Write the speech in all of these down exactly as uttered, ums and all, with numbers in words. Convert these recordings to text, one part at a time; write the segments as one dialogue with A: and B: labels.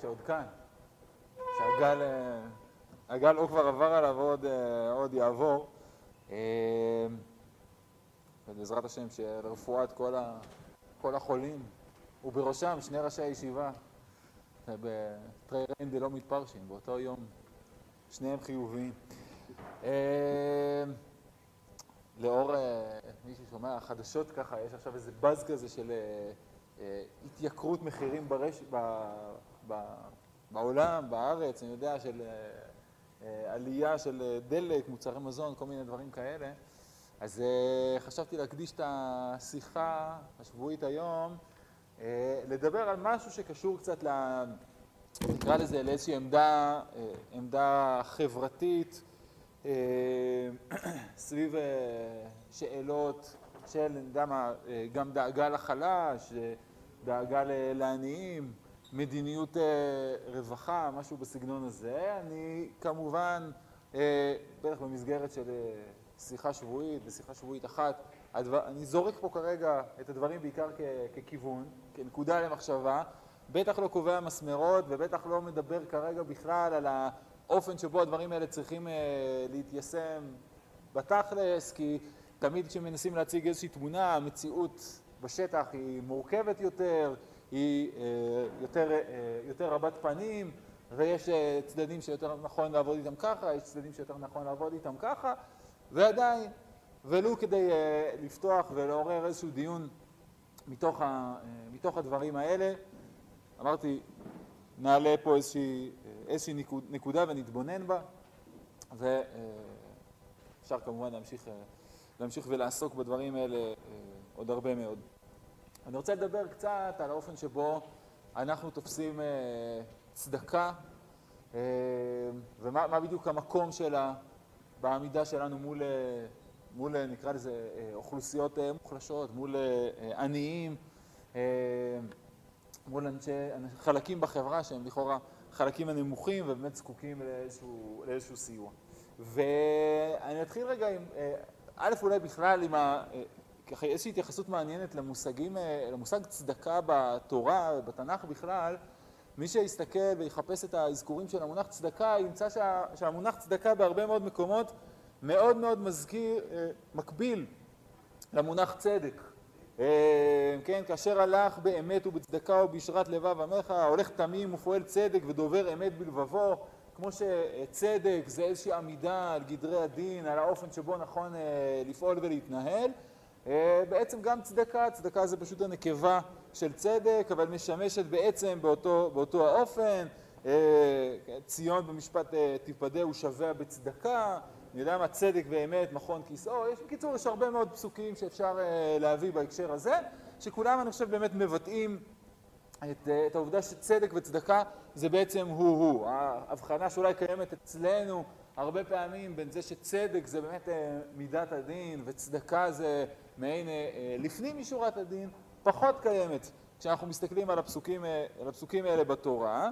A: שעוד כאן, שהגל הגל או כבר עבר עליו עוד, עוד יעבור, ובעזרת השם שלרפואת כל, ה, כל החולים, ובראשם שני ראשי הישיבה, בתרי ריין לא מתפרשים, באותו יום שניהם חיוביים. לאור מי ששומע החדשות ככה, יש עכשיו איזה בז כזה של התייקרות מחירים ברש... ב... ב... בעולם, בארץ, אני יודע, של עלייה של דלק, מוצרי מזון, כל מיני דברים כאלה. אז חשבתי להקדיש את השיחה השבועית היום, לדבר על משהו שקשור קצת, ל... נקרא לזה, לאיזושהי עמדה, עמדה חברתית, סביב שאלות של גם, גם דאגה לחלש, דאגה לעניים, מדיניות רווחה, משהו בסגנון הזה. אני כמובן, בטח במסגרת של שיחה שבועית, בשיחה שבועית אחת, אני זורק פה כרגע את הדברים בעיקר ככיוון, כנקודה למחשבה, בטח לא קובע מסמרות ובטח לא מדבר כרגע בכלל על האופן שבו הדברים האלה צריכים להתיישם בתכלס, כי תמיד כשמנסים להציג איזושהי תמונה, המציאות בשטח היא מורכבת יותר, היא יותר, יותר רבת פנים, ויש צדדים שיותר נכון לעבוד איתם ככה, יש צדדים שיותר נכון לעבוד איתם ככה, ועדיין, ולו כדי לפתוח ולעורר איזשהו דיון מתוך, ה, מתוך הדברים האלה, אמרתי, נעלה פה איזושהי, איזושהי נקודה ונתבונן בה, ואפשר כמובן להמשיך, להמשיך ולעסוק בדברים האלה עוד הרבה מאוד. אני רוצה לדבר קצת על האופן שבו אנחנו תופסים צדקה, ומה מה בדיוק המקום שלה בעמידה שלנו מול, מול נקרא לזה, אוכלוסיות מוחלשות, מול עניים, מול אנשי, חלקים בחברה שהם לכאורה חלקים הנמוכים ובאמת זקוקים לאיזשהו, לאיזשהו סיוע. ואני אתחיל רגע עם, א' אולי בכלל עם ה... ככה איזושהי התייחסות מעניינת למושגים, למושג צדקה בתורה, בתנ"ך בכלל. מי שיסתכל ויחפש את האזכורים של המונח צדקה, ימצא שה, שהמונח צדקה בהרבה מאוד מקומות מאוד מאוד מזכיר, מקביל למונח צדק. כן, כאשר הלך באמת ובצדקה ובישרת לבב עמך, הולך תמים ופועל צדק ודובר אמת בלבבו, כמו שצדק זה איזושהי עמידה על גדרי הדין, על האופן שבו נכון לפעול ולהתנהל. בעצם גם צדקה, צדקה זה פשוט הנקבה של צדק, אבל משמשת בעצם באותו, באותו האופן. ציון במשפט תיפדה ושבע בצדקה, אני יודע מה, צדק ואמת מכון כיסאו. יש, בקיצור, יש הרבה מאוד פסוקים שאפשר להביא בהקשר הזה, שכולם אני חושב באמת מבטאים את, את העובדה שצדק וצדקה זה בעצם הוא-הוא. ההבחנה שאולי קיימת אצלנו הרבה פעמים בין זה שצדק זה באמת מידת הדין וצדקה זה מעין לפנים משורת הדין, פחות קיימת כשאנחנו מסתכלים על הפסוקים, על הפסוקים האלה בתורה.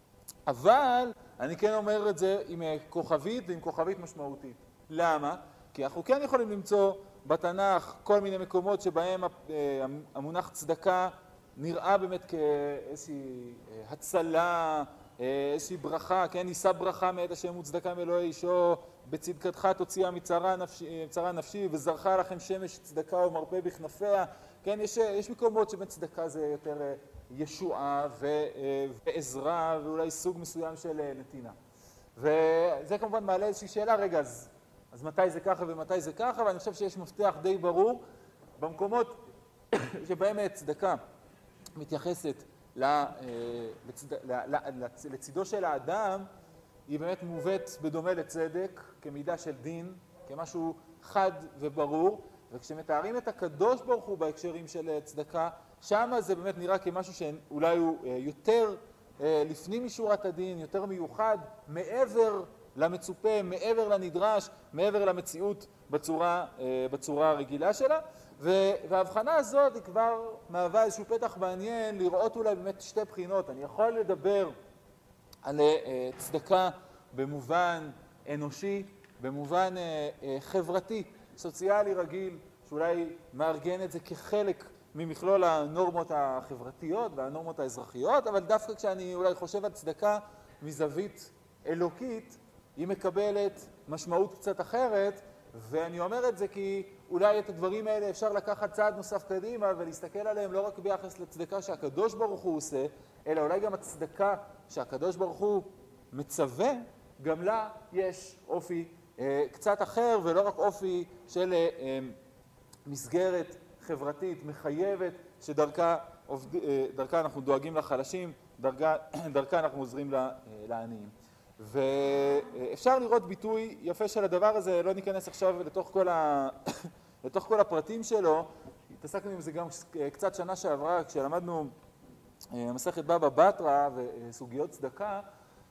A: אבל אני כן אומר את זה עם כוכבית ועם כוכבית משמעותית. למה? כי אנחנו כן יכולים למצוא בתנ"ך כל מיני מקומות שבהם המונח צדקה נראה באמת כאיזושהי הצלה, איזושהי ברכה, כן, נישא ברכה מאת השם וצדקה מאלוהי אישו, בצדקתך תוציאה מצרה נפשי, מצרה נפשי וזרחה לכם שמש צדקה ומרפא בכנפיה. כן, יש, יש מקומות שבן צדקה זה יותר ישועה ו, ועזרה ואולי סוג מסוים של נתינה. וזה כמובן מעלה איזושהי שאלה, רגע, אז, אז מתי זה ככה ומתי זה ככה? ואני חושב שיש מפתח די ברור במקומות שבהם צדקה מתייחסת לצידו של האדם, היא באמת מובאת בדומה לצדק, כמידה של דין, כמשהו חד וברור, וכשמתארים את הקדוש ברוך הוא בהקשרים של צדקה, שם זה באמת נראה כמשהו שאולי הוא יותר לפנים משורת הדין, יותר מיוחד, מעבר למצופה, מעבר לנדרש, מעבר למציאות בצורה, בצורה הרגילה שלה. וההבחנה הזאת היא כבר מהווה איזשהו פתח מעניין לראות אולי באמת שתי בחינות. אני יכול לדבר על צדקה במובן אנושי, במובן חברתי, סוציאלי רגיל, שאולי מארגן את זה כחלק ממכלול הנורמות החברתיות והנורמות האזרחיות, אבל דווקא כשאני אולי חושב על צדקה מזווית אלוקית, היא מקבלת משמעות קצת אחרת, ואני אומר את זה כי אולי את הדברים האלה אפשר לקחת צעד נוסף קדימה ולהסתכל עליהם לא רק ביחס לצדקה שהקדוש ברוך הוא עושה, אלא אולי גם הצדקה שהקדוש ברוך הוא מצווה, גם לה יש אופי אה, קצת אחר, ולא רק אופי של אה, אה, מסגרת חברתית מחייבת, שדרכה עובד, אה, דרכה אנחנו דואגים לחלשים, דרכה, דרכה אנחנו עוזרים לה, אה, לעניים. ואפשר לראות ביטוי יפה של הדבר הזה, לא ניכנס עכשיו לתוך כל, ה... לתוך כל הפרטים שלו, התעסקנו עם זה גם קצת שנה שעברה, כשלמדנו מסכת בבא בתרא וסוגיות צדקה,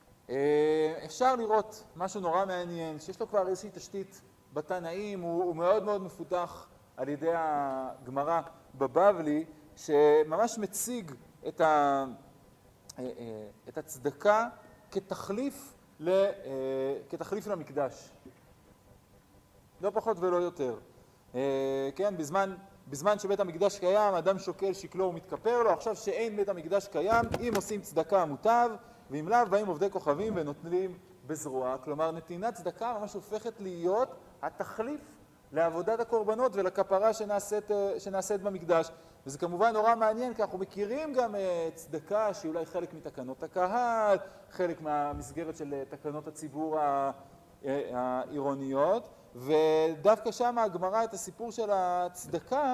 A: אפשר לראות משהו נורא מעניין, שיש לו כבר איזושהי תשתית בתנאים, הוא, הוא מאוד מאוד מפותח על ידי הגמרא בבבלי, שממש מציג את, ה... את הצדקה כתחליף כתחליף למקדש, לא פחות ולא יותר. כן, בזמן, בזמן שבית המקדש קיים, אדם שוקל שקלו ומתכפר לו, עכשיו שאין בית המקדש קיים, אם עושים צדקה מוטב, ואם לאו באים עובדי כוכבים ונותנים בזרוע. כלומר, נתינת צדקה ממש הופכת להיות התחליף לעבודת הקורבנות ולכפרה שנעשית, שנעשית במקדש. וזה כמובן נורא מעניין, כי אנחנו מכירים גם צדקה שהיא אולי חלק מתקנות הקהל, חלק מהמסגרת של תקנות הציבור העירוניות, ודווקא שם הגמרא את הסיפור של הצדקה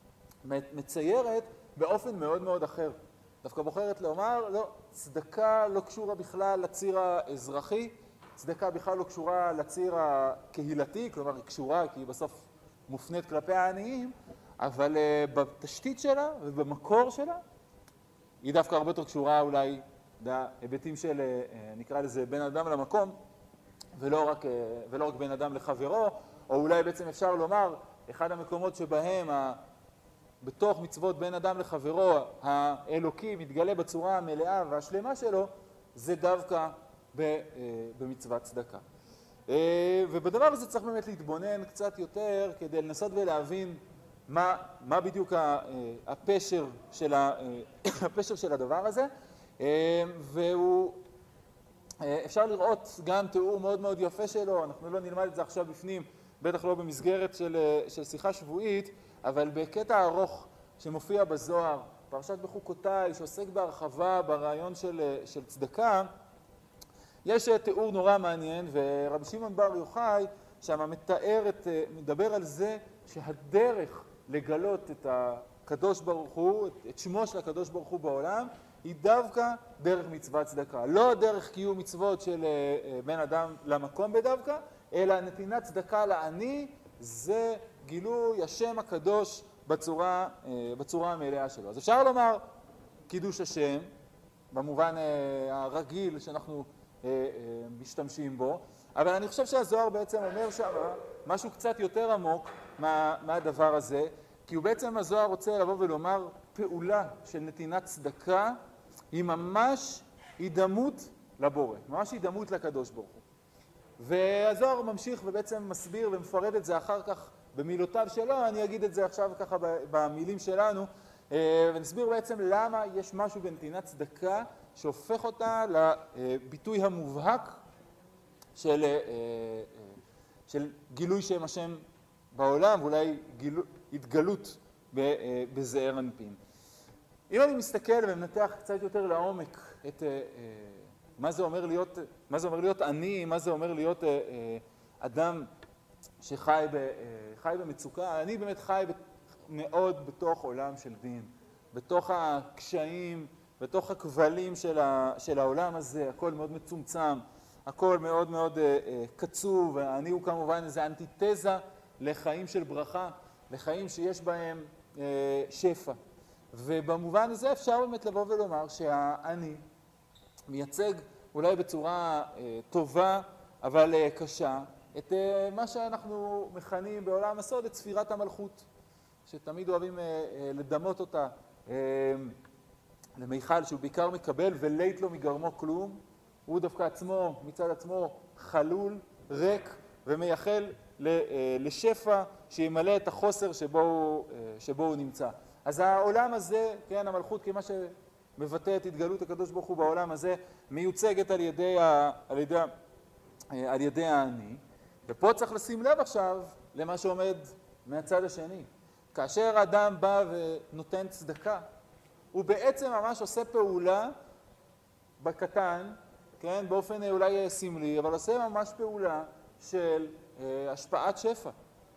A: מציירת באופן מאוד מאוד אחר. דווקא בוחרת לומר, לא, צדקה לא קשורה בכלל לציר האזרחי, צדקה בכלל לא קשורה לציר הקהילתי, כלומר היא קשורה כי היא בסוף מופנית כלפי העניים, אבל uh, בתשתית שלה ובמקור שלה היא דווקא הרבה יותר קשורה אולי להיבטים של, uh, נקרא לזה, בין אדם למקום, ולא רק, uh, ולא רק בין אדם לחברו, או אולי בעצם אפשר לומר, אחד המקומות שבהם ה... בתוך מצוות בין אדם לחברו האלוקי מתגלה בצורה המלאה והשלמה שלו, זה דווקא במצוות צדקה. ובדבר הזה צריך באמת להתבונן קצת יותר כדי לנסות ולהבין מה, מה בדיוק הפשר של, הפשר של הדבר הזה. והוא, אפשר לראות גם תיאור מאוד מאוד יפה שלו, אנחנו לא נלמד את זה עכשיו בפנים, בטח לא במסגרת של, של שיחה שבועית, אבל בקטע ארוך שמופיע בזוהר, פרשת בחוקותיי, שעוסק בהרחבה ברעיון של, של צדקה, יש תיאור נורא מעניין, ורבי שמעון בר יוחאי שם מתאר את, מדבר על זה שהדרך לגלות את הקדוש ברוך הוא, את, את שמו של הקדוש ברוך הוא בעולם, היא דווקא דרך מצוות צדקה. לא דרך קיום מצוות של בן אדם למקום בדווקא, אלא נתינת צדקה לעני, זה גילוי השם הקדוש בצורה, בצורה המלאה שלו. אז אפשר לומר קידוש השם, במובן הרגיל שאנחנו משתמשים בו, אבל אני חושב שהזוהר בעצם אומר שם משהו קצת יותר עמוק מה, מהדבר הזה, כי הוא בעצם, הזוהר רוצה לבוא ולומר, פעולה של נתינת צדקה היא ממש הידמות לבורא, ממש הידמות לקדוש ברוך הוא. והזוהר ממשיך ובעצם מסביר ומפרט את זה אחר כך במילותיו שלו, אני אגיד את זה עכשיו ככה במילים שלנו, ונסביר בעצם למה יש משהו בנתינת צדקה שהופך אותה לביטוי המובהק של, של גילוי שם השם בעולם, ואולי גילו, התגלות בזעיר אנפין. אם אני מסתכל ומנתח קצת יותר לעומק את מה זה אומר להיות, מה זה אומר להיות עני, מה זה אומר להיות אדם שחי ב, חי במצוקה, אני באמת חי מאוד בתוך עולם של דין, בתוך הקשיים, בתוך הכבלים של, ה, של העולם הזה, הכל מאוד מצומצם, הכל מאוד מאוד קצוב, ואני הוא כמובן איזו אנטיתזה לחיים של ברכה, לחיים שיש בהם שפע. ובמובן הזה אפשר באמת לבוא ולומר שהאני מייצג אולי בצורה טובה אבל קשה את מה שאנחנו מכנים בעולם הסוד את ספירת המלכות, שתמיד אוהבים לדמות אותה למיכל שהוא בעיקר מקבל ולית לו מגרמו כלום, הוא דווקא עצמו מצד עצמו חלול, ריק ומייחל לשפע שימלא את החוסר שבו הוא, שבו הוא נמצא. אז העולם הזה, כן, המלכות כמה שמבטא את התגלות הקדוש ברוך הוא בעולם הזה, מיוצגת על ידי, ה, על ידי, על ידי האני. ופה צריך לשים לב עכשיו למה שעומד מהצד השני. כאשר האדם בא ונותן צדקה, הוא בעצם ממש עושה פעולה בקטן, כן, באופן אולי סמלי, אבל עושה ממש פעולה של אה, השפעת שפע.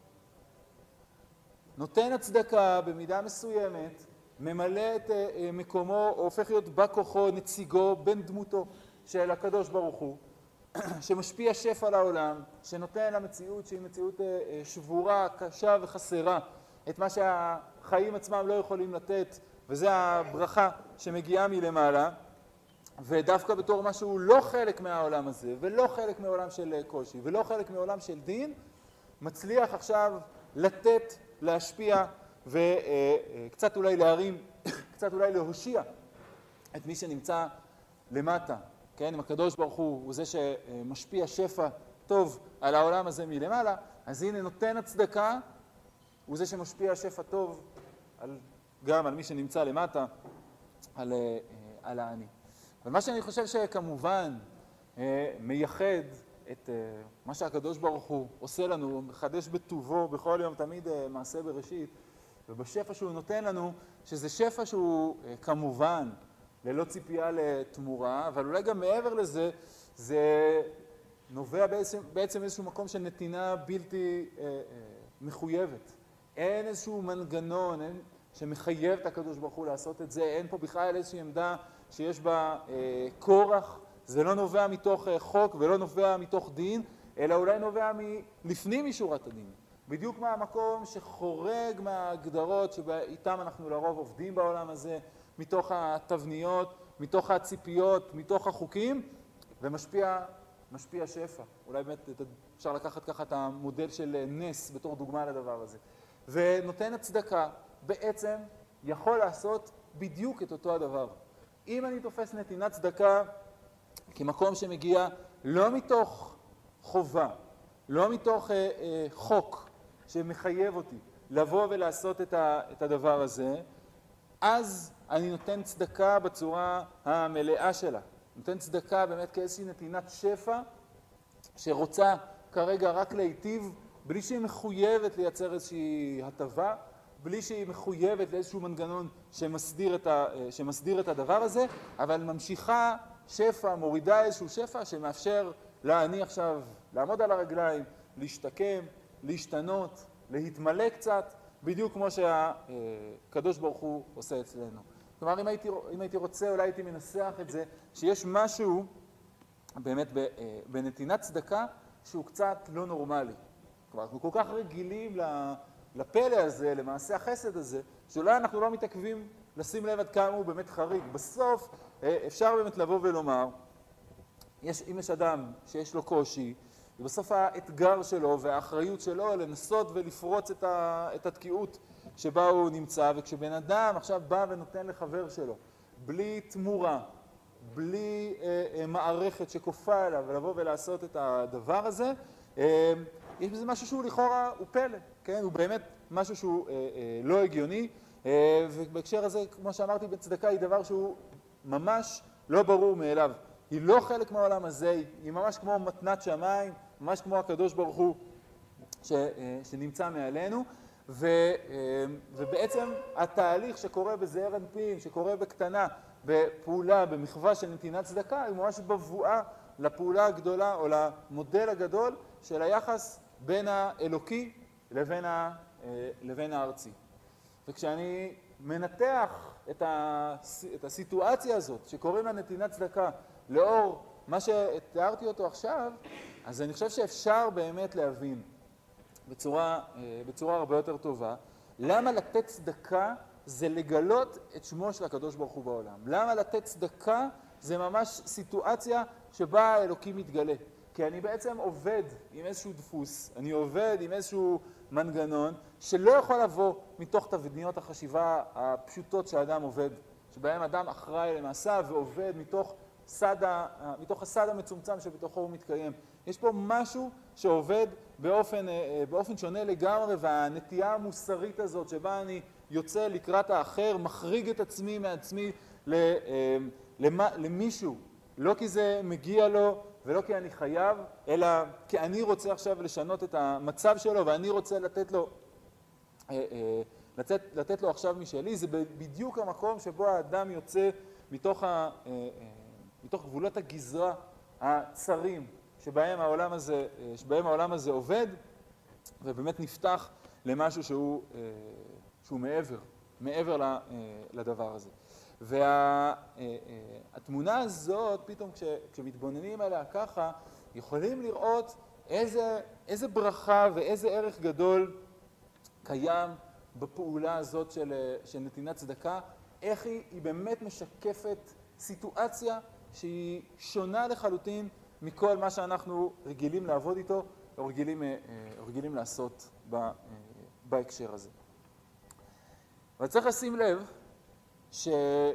A: נותן הצדקה במידה מסוימת, ממלא את אה, מקומו, או הופך להיות בא כוחו, נציגו, בן דמותו של הקדוש ברוך הוא, שמשפיע שפע לעולם, שנותן למציאות שהיא מציאות אה, שבורה, קשה וחסרה, את מה שהחיים עצמם לא יכולים לתת, וזה הברכה שמגיעה מלמעלה, ודווקא בתור משהו לא חלק מהעולם הזה, ולא חלק מעולם של קושי, ולא חלק מעולם של דין, מצליח עכשיו לתת, להשפיע, וקצת אולי להרים, קצת אולי להושיע את מי שנמצא למטה. כן, אם הקדוש ברוך הוא הוא זה שמשפיע שפע טוב על העולם הזה מלמעלה, אז הנה נותן הצדקה, הוא זה שמשפיע שפע טוב על, גם על מי שנמצא למטה, על, על העני. ומה שאני חושב שכמובן מייחד את מה שהקדוש ברוך הוא עושה לנו, מחדש בטובו בכל יום תמיד מעשה בראשית, ובשפע שהוא נותן לנו, שזה שפע שהוא כמובן ללא ציפייה לתמורה, אבל אולי גם מעבר לזה, זה נובע בעצם, בעצם איזשהו מקום של נתינה בלתי אה, אה, מחויבת. אין איזשהו מנגנון אין, שמחייב את הקדוש ברוך הוא לעשות את זה, אין פה בכלל איזושהי עמדה שיש בה אה, כורח, זה לא נובע מתוך אה, חוק ולא נובע מתוך דין, אלא אולי נובע מלפנים משורת הדין. בדיוק מהמקום שחורג מההגדרות שאיתם אנחנו לרוב עובדים בעולם הזה, מתוך התבניות, מתוך הציפיות, מתוך החוקים, ומשפיע משפיע שפע. אולי באמת אפשר לקחת ככה את המודל של נס בתור דוגמה לדבר הזה. ונותן הצדקה בעצם יכול לעשות בדיוק את אותו הדבר. אם אני תופס נתינת צדקה כמקום שמגיע לא מתוך חובה, לא מתוך אה, אה, חוק שמחייב אותי לבוא ולעשות את, ה, את הדבר הזה, אז אני נותן צדקה בצורה המלאה שלה. נותן צדקה באמת כאיזושהי נתינת שפע שרוצה כרגע רק להיטיב, בלי שהיא מחויבת לייצר איזושהי הטבה, בלי שהיא מחויבת לאיזשהו מנגנון שמסדיר את, ה, שמסדיר את הדבר הזה, אבל ממשיכה שפע, מורידה איזשהו שפע שמאפשר לעני עכשיו לעמוד על הרגליים, להשתקם, להשתנות, להתמלא קצת, בדיוק כמו שהקדוש ברוך הוא עושה אצלנו. כלומר, אם הייתי, אם הייתי רוצה, אולי הייתי מנסח את זה, שיש משהו באמת בנתינת צדקה שהוא קצת לא נורמלי. כלומר, אנחנו כל כך רגילים לפלא הזה, למעשה החסד הזה, שאולי אנחנו לא מתעכבים לשים לב עד כמה הוא באמת חריג. בסוף אפשר באמת לבוא ולומר, יש, אם יש אדם שיש לו קושי, ובסוף האתגר שלו והאחריות שלו לנסות ולפרוץ את, ה, את התקיעות שבה הוא נמצא, וכשבן אדם עכשיו בא ונותן לחבר שלו, בלי תמורה, בלי אה, אה, מערכת שכופה עליו ולבוא ולעשות את הדבר הזה, אה, יש בזה משהו שהוא לכאורה הוא פלא, כן? הוא באמת משהו שהוא אה, אה, לא הגיוני, אה, ובהקשר הזה, כמו שאמרתי, בצדקה היא דבר שהוא ממש לא ברור מאליו. היא לא חלק מהעולם הזה, היא ממש כמו מתנת שמיים, ממש כמו הקדוש ברוך הוא ש, שנמצא מעלינו, ו, ובעצם התהליך שקורה בזעיר אנפין, שקורה בקטנה, בפעולה, במחווה של נתינת צדקה, היא ממש בבואה לפעולה הגדולה או למודל הגדול של היחס בין האלוקי לבין, ה, לבין הארצי. וכשאני מנתח את, ה, את הסיטואציה הזאת שקוראים לה נתינת צדקה, לאור מה שתיארתי אותו עכשיו, אז אני חושב שאפשר באמת להבין בצורה, בצורה הרבה יותר טובה, למה לתת צדקה זה לגלות את שמו של הקדוש ברוך הוא בעולם. למה לתת צדקה זה ממש סיטואציה שבה האלוקים מתגלה. כי אני בעצם עובד עם איזשהו דפוס, אני עובד עם איזשהו מנגנון שלא יכול לבוא מתוך תבניות החשיבה הפשוטות שהאדם עובד, שבהם אדם אחראי למעשה ועובד מתוך סד ה, מתוך הסד המצומצם שבתוכו הוא מתקיים. יש פה משהו שעובד באופן, באופן שונה לגמרי, והנטייה המוסרית הזאת שבה אני יוצא לקראת האחר, מחריג את עצמי מעצמי למישהו, לא כי זה מגיע לו ולא כי אני חייב, אלא כי אני רוצה עכשיו לשנות את המצב שלו ואני רוצה לתת לו, לתת, לתת לו עכשיו משלי. זה בדיוק המקום שבו האדם יוצא מתוך, ה, מתוך גבולות הגזרה הצרים שבהם העולם הזה, שבהם העולם הזה עובד, ובאמת נפתח למשהו שהוא, שהוא מעבר, מעבר לדבר הזה. והתמונה הזאת, פתאום כש, כשמתבוננים עליה ככה, יכולים לראות איזה, איזה ברכה ואיזה ערך גדול קיים בפעולה הזאת של, של נתינת צדקה, איך היא, היא באמת משקפת סיטואציה שהיא שונה לחלוטין מכל מה שאנחנו רגילים לעבוד איתו, או רגילים, או רגילים לעשות בהקשר הזה. אבל צריך לשים לב שמה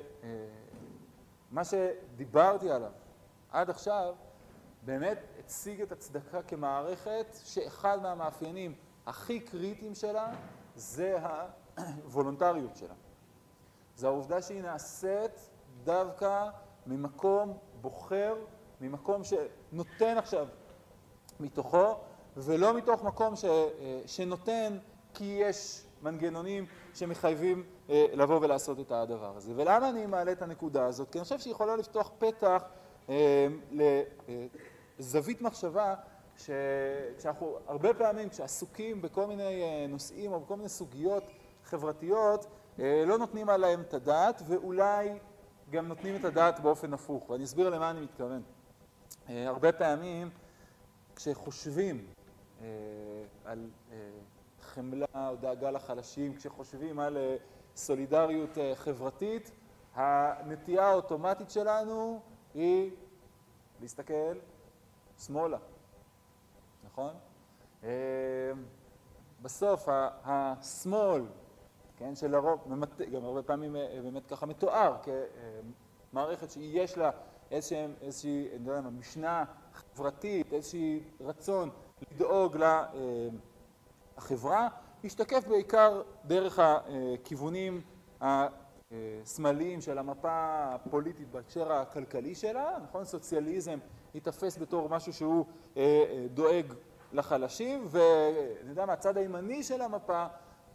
A: שדיברתי עליו עד עכשיו באמת הציג את הצדקה כמערכת שאחד מהמאפיינים הכי קריטיים שלה זה הוולונטריות שלה. זו העובדה שהיא נעשית דווקא ממקום בוחר, ממקום שנותן עכשיו מתוכו, ולא מתוך מקום ש, שנותן כי יש מנגנונים שמחייבים לבוא ולעשות את הדבר הזה. ולמה אני מעלה את הנקודה הזאת? כי אני חושב שהיא יכולה לפתוח פתח לזווית מחשבה, כשאנחנו הרבה פעמים, כשעסוקים בכל מיני נושאים או בכל מיני סוגיות חברתיות, לא נותנים עליהם את הדעת, ואולי גם נותנים את הדעת באופן הפוך. ואני אסביר למה אני מתכוון. הרבה פעמים, כשחושבים על חמלה או דאגה לחלשים, כשחושבים על סולידריות חברתית, הנטייה האוטומטית שלנו היא להסתכל שמאלה, נכון? בסוף השמאל, כן, שלרוב, גם הרבה פעמים באמת ככה מתואר כמערכת שיש לה איזושהי, איזושהי, אני לא יודע מה, משנה חברתית, איזושהי רצון לדאוג לחברה, ישתקף בעיקר דרך הכיוונים השמאליים של המפה הפוליטית בהקשר הכלכלי שלה, נכון? סוציאליזם ייתפס בתור משהו שהוא דואג לחלשים, ואני יודע מה, הצד הימני של המפה,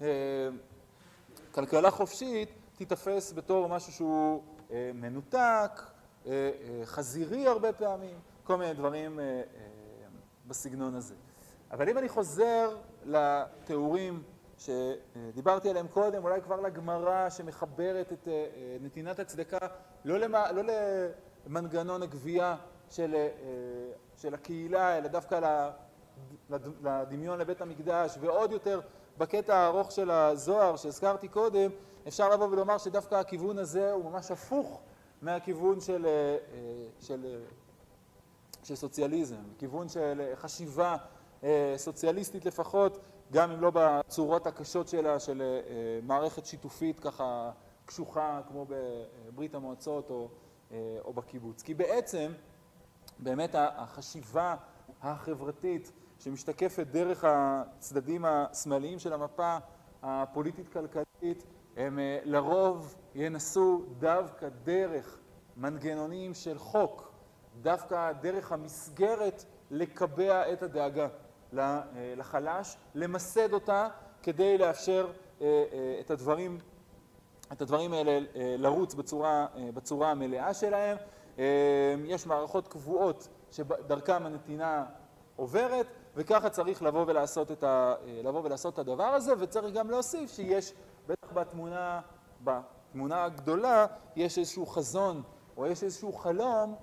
A: כלכלה חופשית, תיתפס בתור משהו שהוא מנותק, חזירי הרבה פעמים, כל מיני דברים בסגנון הזה. אבל אם אני חוזר לתיאורים שדיברתי עליהם קודם, אולי כבר לגמרא שמחברת את נתינת הצדקה, לא, למה, לא למנגנון הגבייה של, של הקהילה, אלא דווקא לדמיון לבית המקדש, ועוד יותר בקטע הארוך של הזוהר שהזכרתי קודם, אפשר לבוא ולומר שדווקא הכיוון הזה הוא ממש הפוך מהכיוון של, של, של סוציאליזם, כיוון של חשיבה סוציאליסטית לפחות, גם אם לא בצורות הקשות שלה, של מערכת שיתופית ככה קשוחה כמו בברית המועצות או, או בקיבוץ. כי בעצם באמת החשיבה החברתית שמשתקפת דרך הצדדים השמאליים של המפה הפוליטית-כלכלית, הם לרוב ינסו דווקא דרך מנגנונים של חוק, דווקא דרך המסגרת לקבע את הדאגה לחלש, למסד אותה כדי לאפשר את הדברים, את הדברים האלה לרוץ בצורה, בצורה המלאה שלהם. יש מערכות קבועות שדרכם הנתינה עוברת, וככה צריך לבוא ולעשות את ה, לבוא ולעשות את הדבר הזה, וצריך גם להוסיף שיש, בטח בתמונה, בתמונה הגדולה, יש איזשהו חזון, או יש איזשהו חלום,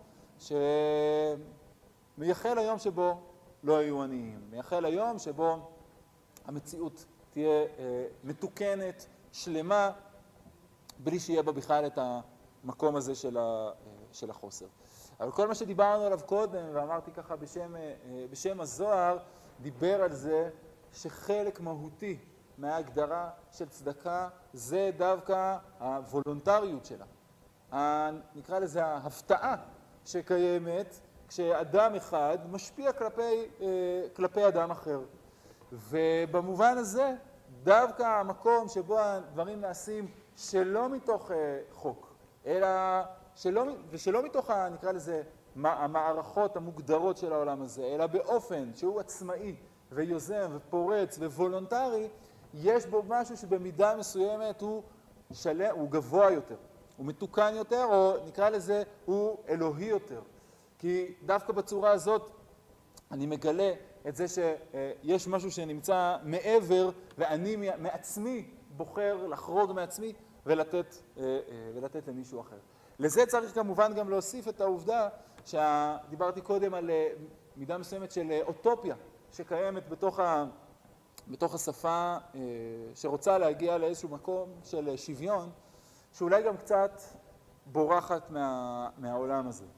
A: שמייחל היום שבו לא יהיו עניים. מייחל היום שבו המציאות תהיה מתוקנת, שלמה, בלי שיהיה בה בכלל את המקום הזה של החוסר. אבל כל מה שדיברנו עליו קודם, ואמרתי ככה בשם, בשם הזוהר, דיבר על זה שחלק מהותי מההגדרה של צדקה זה דווקא הוולונטריות שלה. נקרא לזה ההפתעה שקיימת כשאדם אחד משפיע כלפי, כלפי אדם אחר. ובמובן הזה דווקא המקום שבו הדברים נעשים שלא מתוך חוק, אלא שלא, ושלא מתוך, נקרא לזה, המערכות המוגדרות של העולם הזה, אלא באופן שהוא עצמאי ויוזם ופורץ ווולונטרי, יש בו משהו שבמידה מסוימת הוא, שלם, הוא גבוה יותר, הוא מתוקן יותר, או נקרא לזה, הוא אלוהי יותר. כי דווקא בצורה הזאת אני מגלה את זה שיש משהו שנמצא מעבר, ואני מעצמי בוחר לחרוג מעצמי ולתת, ולתת למישהו אחר. לזה צריך כמובן גם להוסיף את העובדה שדיברתי קודם על מידה מסוימת של אוטופיה שקיימת בתוך, ה, בתוך השפה שרוצה להגיע לאיזשהו מקום של שוויון, שאולי גם קצת בורחת מה, מהעולם הזה.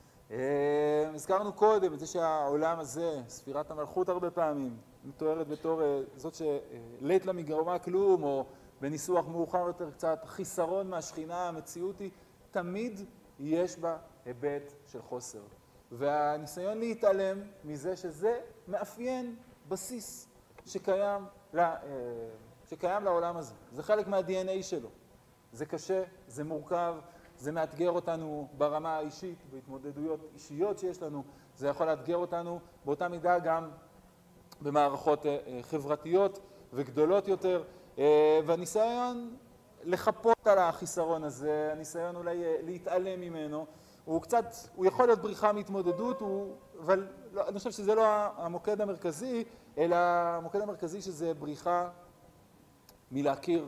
A: הזכרנו קודם את זה שהעולם הזה, ספירת המלכות הרבה פעמים, מתוארת בתור זאת שלית לה מגרמה כלום, או בניסוח מאוחר יותר קצת, חיסרון מהשכינה, המציאות היא, תמיד יש בה היבט של חוסר. והניסיון להתעלם מזה שזה מאפיין בסיס שקיים, לה, שקיים לעולם הזה. זה חלק מה-די אן איי שלו. זה קשה, זה מורכב, זה מאתגר אותנו ברמה האישית, בהתמודדויות אישיות שיש לנו, זה יכול לאתגר אותנו באותה מידה גם במערכות חברתיות וגדולות יותר, והניסיון לחפות על החיסרון הזה, הניסיון אולי להתעלם ממנו, הוא קצת, הוא יכול להיות בריחה מהתמודדות, הוא, אבל לא, אני חושב שזה לא המוקד המרכזי, אלא המוקד המרכזי שזה בריחה מלהכיר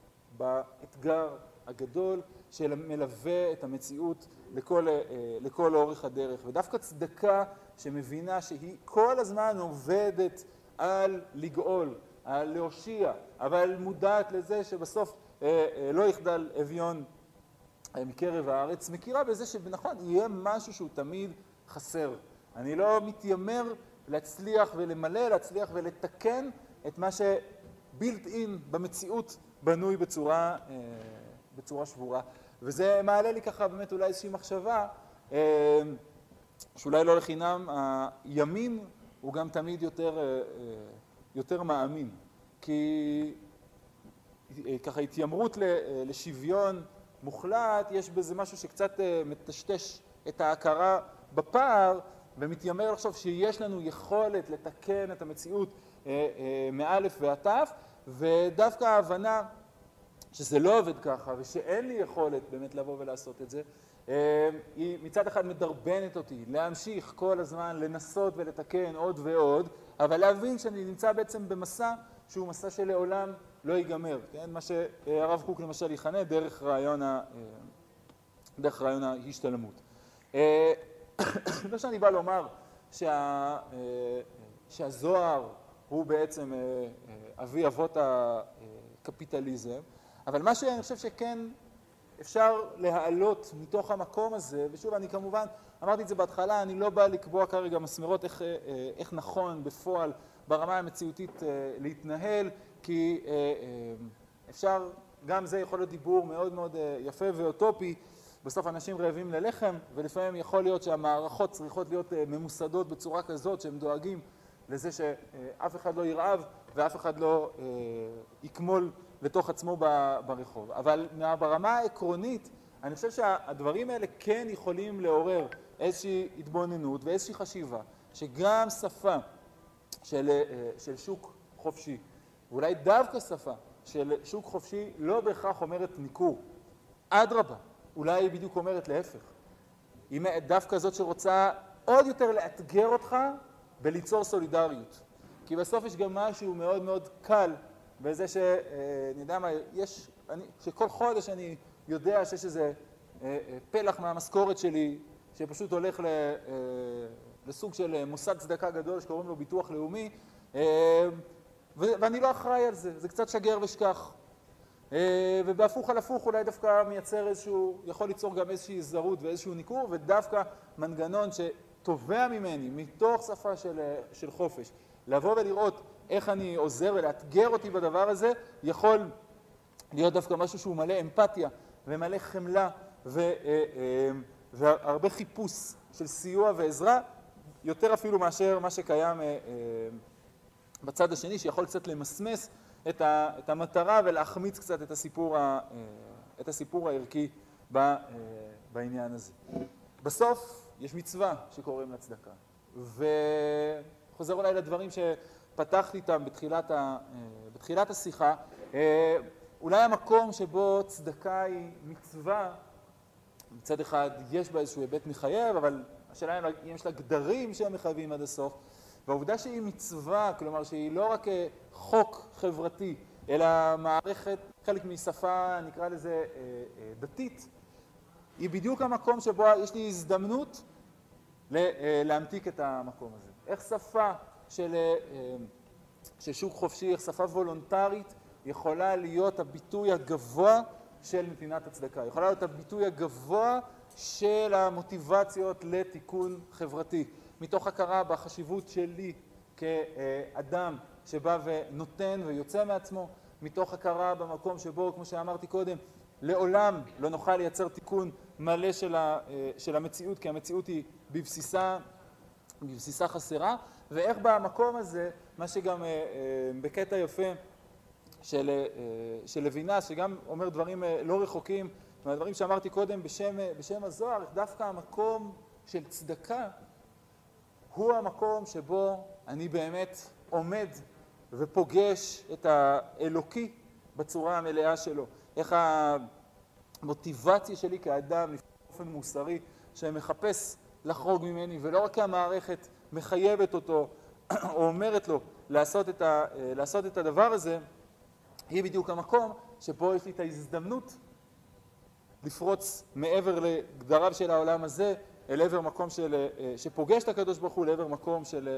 A: באתגר הגדול שמלווה את המציאות לכל, לכל אורך הדרך. ודווקא צדקה שמבינה שהיא כל הזמן עובדת על לגאול, על להושיע, אבל מודעת לזה שבסוף לא יחדל אביון מקרב הארץ, מכירה בזה שנכון, יהיה משהו שהוא תמיד חסר. אני לא מתיימר להצליח ולמלא, להצליח ולתקן את מה שבילט אין במציאות בנוי בצורה, בצורה שבורה. וזה מעלה לי ככה באמת אולי איזושהי מחשבה, שאולי לא לחינם, הימין הוא גם תמיד יותר, יותר מאמין. כי ככה התיימרות לשוויון מוחלט, יש בזה משהו שקצת מטשטש את ההכרה בפער, ומתיימר לחשוב שיש לנו יכולת לתקן את המציאות מאלף ועד תף, ודווקא ההבנה שזה לא עובד ככה, ושאין לי יכולת באמת לבוא ולעשות את זה, היא מצד אחד מדרבנת אותי להמשיך כל הזמן לנסות ולתקן עוד ועוד, אבל להבין שאני נמצא בעצם במסע שהוא מסע שלעולם לא ייגמר, כן? מה שהרב קוק למשל יכנה דרך רעיון, ה... דרך רעיון ההשתלמות. לא שאני בא לומר שה... שהזוהר הוא בעצם אבי אבות הקפיטליזם, אבל מה שאני חושב שכן אפשר להעלות מתוך המקום הזה, ושוב אני כמובן אמרתי את זה בהתחלה, אני לא בא לקבוע כרגע מסמרות איך, איך נכון בפועל ברמה המציאותית להתנהל, כי אפשר, גם זה יכול להיות דיבור מאוד מאוד יפה ואוטופי, בסוף אנשים רעבים ללחם, ולפעמים יכול להיות שהמערכות צריכות להיות ממוסדות בצורה כזאת שהם דואגים לזה שאף אחד לא ירעב ואף אחד לא יקמול לתוך עצמו ברחוב. אבל ברמה העקרונית, אני חושב שהדברים האלה כן יכולים לעורר איזושהי התבוננות ואיזושהי חשיבה, שגם שפה של, של שוק חופשי, ואולי דווקא שפה של שוק חופשי לא בהכרח אומרת ניכור. אדרבה, אולי היא בדיוק אומרת להפך. היא דווקא זאת שרוצה עוד יותר לאתגר אותך בליצור סולידריות. כי בסוף יש גם משהו מאוד מאוד קל בזה שאני יודע מה, יש, אני, שכל חודש אני יודע שיש איזה פלח מהמשכורת שלי שפשוט הולך ל, לסוג של מוסד צדקה גדול שקוראים לו ביטוח לאומי, ואני לא אחראי על זה, זה קצת שגר ושכח. ובהפוך על הפוך אולי דווקא מייצר איזשהו, יכול ליצור גם איזושהי זרות ואיזשהו ניכור, ודווקא מנגנון שתובע ממני, מתוך שפה של, של חופש, לבוא ולראות איך אני עוזר ולאתגר אותי בדבר הזה, יכול להיות דווקא משהו שהוא מלא אמפתיה ומלא חמלה ו, והרבה חיפוש של סיוע ועזרה, יותר אפילו מאשר מה שקיים בצד השני, שיכול קצת למסמס את, ה, את המטרה ולהחמיץ קצת את הסיפור, ה, את הסיפור הערכי ב, בעניין הזה. בסוף יש מצווה שקוראים לצדקה, וחוזר אולי לדברים שפתחתי איתם בתחילת, ה, בתחילת השיחה. אולי המקום שבו צדקה היא מצווה, מצד אחד יש בה איזשהו היבט מחייב, אבל השאלה אם יש לה גדרים שהם מחייבים עד הסוף, והעובדה שהיא מצווה, כלומר שהיא לא רק חוק חברתי, אלא מערכת, חלק משפה, נקרא לזה דתית, היא בדיוק המקום שבו יש לי הזדמנות להמתיק את המקום הזה. איך שפה של, של שוק חופשי, איך שפה וולונטרית, יכולה להיות הביטוי הגבוה של נתינת הצדקה, יכולה להיות הביטוי הגבוה של המוטיבציות לתיקון חברתי, מתוך הכרה בחשיבות שלי כאדם שבא ונותן ויוצא מעצמו, מתוך הכרה במקום שבו, כמו שאמרתי קודם, לעולם לא נוכל לייצר תיקון מלא של, ה, של המציאות, כי המציאות היא בבסיסה, בבסיסה חסרה, ואיך במקום הזה, מה שגם בקטע יפה של, של לוינס, שגם אומר דברים לא רחוקים, מהדברים שאמרתי קודם בשם, בשם הזוהר, דווקא המקום של צדקה הוא המקום שבו אני באמת עומד ופוגש את האלוקי בצורה המלאה שלו. איך המוטיבציה שלי כאדם באופן מוסרי שמחפש לחרוג ממני, ולא רק המערכת מחייבת אותו או אומרת לו לעשות את, ה, לעשות את הדבר הזה, היא בדיוק המקום שבו יש לי את ההזדמנות לפרוץ מעבר לגדריו של העולם הזה, אל עבר מקום של, שפוגש את הקדוש ברוך הוא, לעבר מקום של,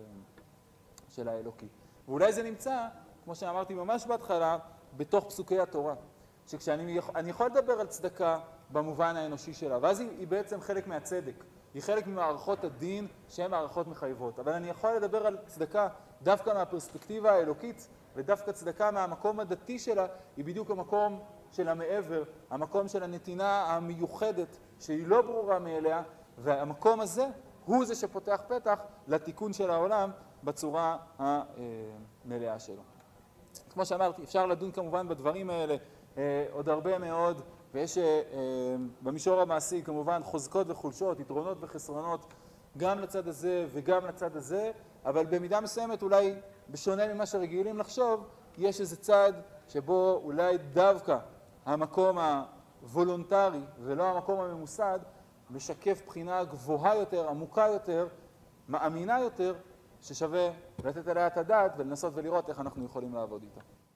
A: של האלוקי. ואולי זה נמצא, כמו שאמרתי ממש בהתחלה, בתוך פסוקי התורה. שכשאני אני יכול לדבר על צדקה במובן האנושי שלה, ואז היא, היא בעצם חלק מהצדק. היא חלק ממערכות הדין שהן מערכות מחייבות. אבל אני יכול לדבר על צדקה דווקא מהפרספקטיבה האלוקית, ודווקא צדקה מהמקום הדתי שלה, היא בדיוק המקום של המעבר, המקום של הנתינה המיוחדת, שהיא לא ברורה מאליה, והמקום הזה הוא זה שפותח פתח לתיקון של העולם בצורה המלאה שלו. כמו שאמרתי, אפשר לדון כמובן בדברים האלה עוד הרבה מאוד, ויש במישור המעשי כמובן חוזקות וחולשות, יתרונות וחסרונות, גם לצד הזה וגם לצד הזה, אבל במידה מסוימת אולי בשונה ממה שרגילים לחשוב, יש איזה צד שבו אולי דווקא המקום הוולונטרי ולא המקום הממוסד משקף בחינה גבוהה יותר, עמוקה יותר, מאמינה יותר, ששווה לתת עליה את הדעת ולנסות ולראות איך אנחנו יכולים לעבוד איתה.